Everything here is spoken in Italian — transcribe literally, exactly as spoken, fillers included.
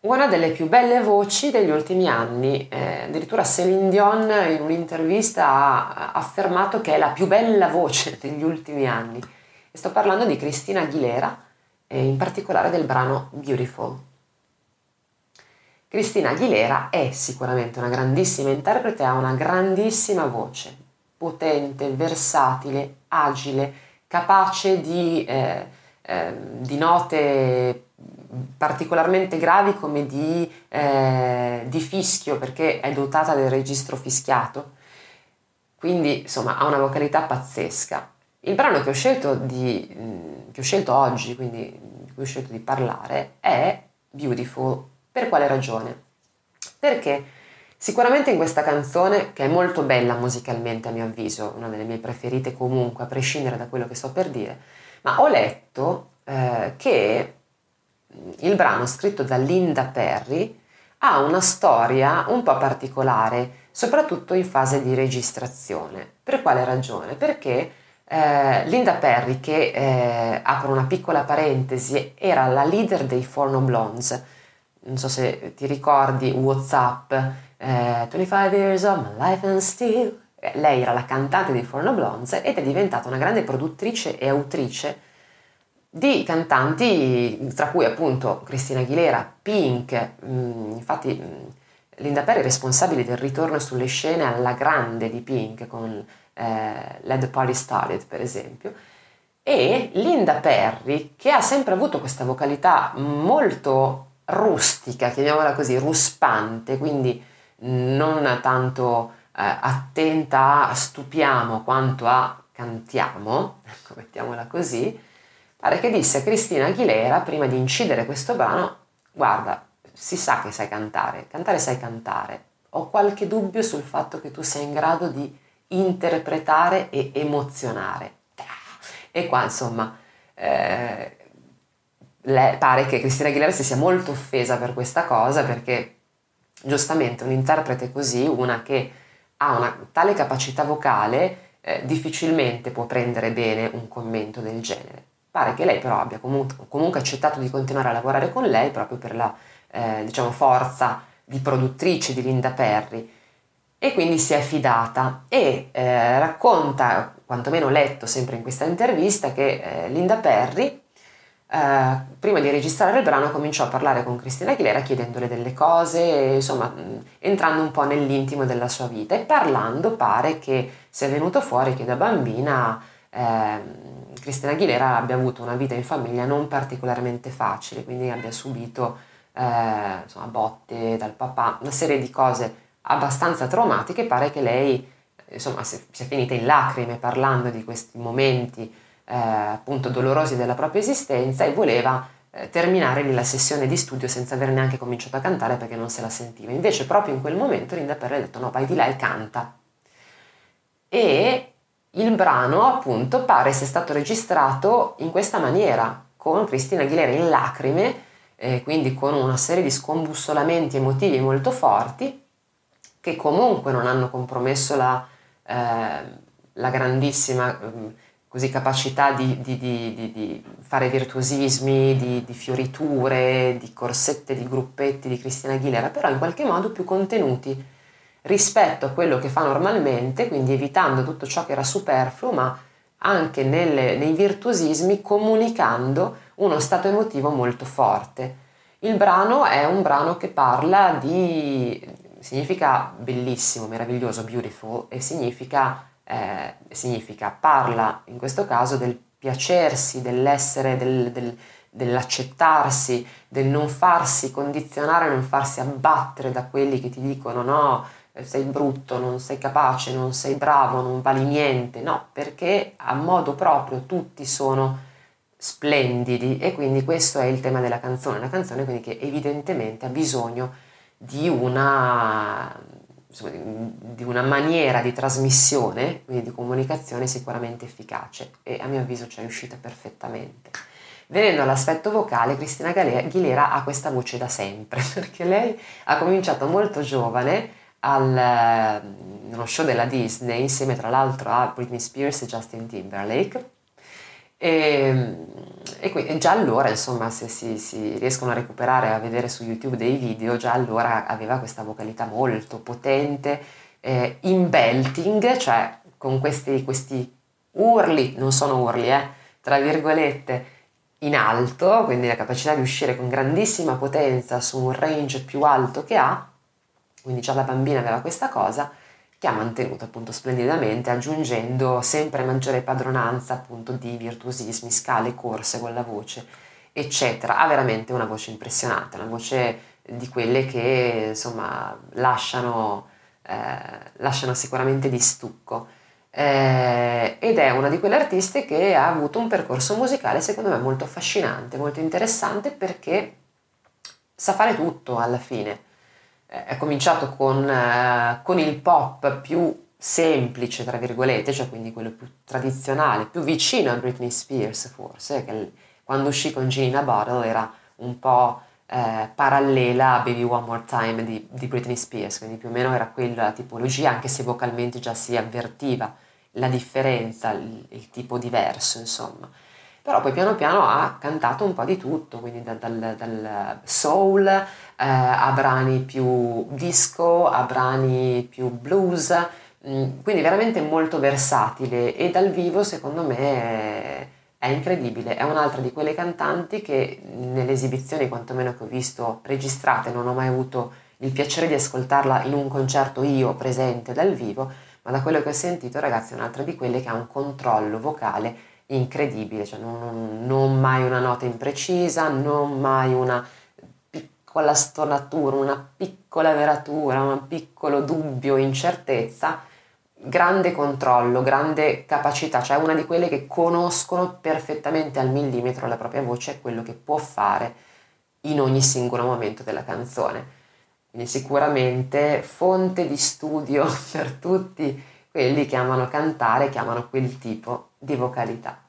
una delle più belle voci degli ultimi anni, eh, addirittura Céline Dion in un'intervista ha affermato che è la più bella voce degli ultimi anni. E sto parlando di Christina Aguilera e in particolare del brano Beautiful. Christina Aguilera è sicuramente una grandissima interprete, ha una grandissima voce, potente, versatile, agile, capace di, eh, eh, di note particolarmente gravi come di, eh, di fischio, perché è dotata del registro fischiato, quindi insomma ha una vocalità pazzesca. Il brano che ho scelto, di, che ho scelto oggi, quindi di cui ho scelto di parlare, è Beautiful. Per quale ragione? Perché sicuramente in questa canzone, che è molto bella musicalmente a mio avviso, una delle mie preferite comunque, a prescindere da quello che sto per dire, ma ho letto eh, che il brano scritto da Linda Perry ha una storia un po' particolare, soprattutto in fase di registrazione. Per quale ragione? Perché eh, Linda Perry, che eh, apro una piccola parentesi, era la leader dei Four Non Blondes. Non so se ti ricordi WhatsApp, eh, venticinque years of my life and still. Lei era la cantante dei Four Non Blondes ed è diventata una grande produttrice e autrice di cantanti, tra cui appunto Christina Aguilera, Pink. Mh, infatti mh, Linda Perry è responsabile del ritorno sulle scene alla grande di Pink con eh, Let the Party Started, per esempio. E Linda Perry, che ha sempre avuto questa vocalità molto rustica, chiamiamola così, ruspante, quindi non tanto eh, attenta a stupiamo quanto a cantiamo, mettiamola così, pare che disse a Christina Aguilera, prima di incidere questo brano: guarda, si sa che sai cantare, cantare sai cantare, ho qualche dubbio sul fatto che tu sia in grado di interpretare e emozionare. E qua insomma eh, le, pare che Christina Aguilera si sia molto offesa per questa cosa, perché giustamente un interprete così, una che ha una tale capacità vocale, eh, difficilmente può prendere bene un commento del genere. Pare che lei però abbia comunque, comunque accettato di continuare a lavorare con lei proprio per la eh, diciamo forza di produttrice di Linda Perry, e quindi si è fidata e eh, racconta, quantomeno letto sempre in questa intervista, che eh, Linda Perry eh, prima di registrare il brano cominciò a parlare con Christina Aguilera chiedendole delle cose, insomma mh, entrando un po' nell'intimo della sua vita, e parlando pare che sia venuto fuori che da bambina eh, Christina Aguilera abbia avuto una vita in famiglia non particolarmente facile, quindi abbia subito eh, insomma, botte dal papà, una serie di cose abbastanza traumatiche. Pare che lei insomma si è finita in lacrime parlando di questi momenti eh, appunto dolorosi della propria esistenza, e voleva eh, terminare lì la sessione di studio senza aver neanche cominciato a cantare perché non se la sentiva. Invece proprio in quel momento Linda Perry ha detto: no, vai di là e canta. E il brano appunto pare sia stato registrato in questa maniera, con Christina Aguilera in lacrime, eh, quindi con una serie di scombussolamenti emotivi molto forti, che comunque non hanno compromesso la, eh, la grandissima eh, così, capacità di, di, di, di, di fare virtuosismi, di, di fioriture, di corsette, di gruppetti di Christina Aguilera, però in qualche modo più contenuti rispetto a quello che fa normalmente, quindi evitando tutto ciò che era superfluo, ma anche nelle, nei virtuosismi comunicando uno stato emotivo molto forte. Il brano è un brano che parla di... significa bellissimo, meraviglioso, beautiful, e significa, eh, significa, parla in questo caso del piacersi, dell'essere, del, del, dell'accettarsi, del non farsi condizionare, non farsi abbattere da quelli che ti dicono no, sei brutto, non sei capace, non sei bravo, non vali niente, no, perché a modo proprio tutti sono splendidi, e quindi questo è il tema della canzone, una canzone quindi che evidentemente ha bisogno di una, insomma, di una maniera di trasmissione, quindi di comunicazione sicuramente efficace, e a mio avviso ci è riuscita perfettamente. Venendo all'aspetto vocale, Christina Aguilera ha questa voce da sempre, perché lei ha cominciato molto giovane al, nello show della Disney, insieme tra l'altro a Britney Spears e Justin Timberlake, e e quindi già allora, insomma, se si, si riescono a recuperare, a vedere su YouTube dei video, già allora aveva questa vocalità molto potente, eh, in belting, cioè con questi, questi urli, non sono urli, eh, tra virgolette, in alto, quindi la capacità di uscire con grandissima potenza su un range più alto che ha, quindi già da bambina aveva questa cosa, che ha mantenuto appunto splendidamente, aggiungendo sempre maggiore padronanza appunto di virtuosismi, scale, corse con la voce, eccetera. Ha veramente una voce impressionante, una voce di quelle che insomma lasciano, eh, lasciano sicuramente di stucco. Eh, ed è una di quelle artiste che ha avuto un percorso musicale secondo me molto affascinante, molto interessante, perché sa fare tutto alla fine. Eh, è cominciato con, eh, con il pop più semplice, tra virgolette, cioè quindi quello più tradizionale, più vicino a Britney Spears forse, che l- quando uscì con Genie in a Bottle era un po' eh, parallela a Baby One More Time di, di Britney Spears, quindi più o meno era quella la tipologia, anche se vocalmente già si avvertiva la differenza, il, il tipo diverso, insomma. Però poi piano piano ha cantato un po' di tutto, quindi da- dal, dal soul eh, a brani più disco, a brani più blues, mm, quindi veramente molto versatile, e dal vivo secondo me è, è incredibile. È un'altra di quelle cantanti che nelle esibizioni, quantomeno che ho visto registrate, non ho mai avuto il piacere di ascoltarla in un concerto io presente dal vivo, ma da quello che ho sentito, ragazzi, è un'altra di quelle che ha un controllo vocale incredibile, cioè non, non- non mai una nota imprecisa, non mai una piccola stonatura, una piccola veratura, un piccolo dubbio, incertezza, grande controllo, grande capacità, cioè una di quelle che conoscono perfettamente al millimetro la propria voce e quello che può fare in ogni singolo momento della canzone. Quindi sicuramente fonte di studio per tutti quelli che amano cantare, che amano quel tipo di vocalità.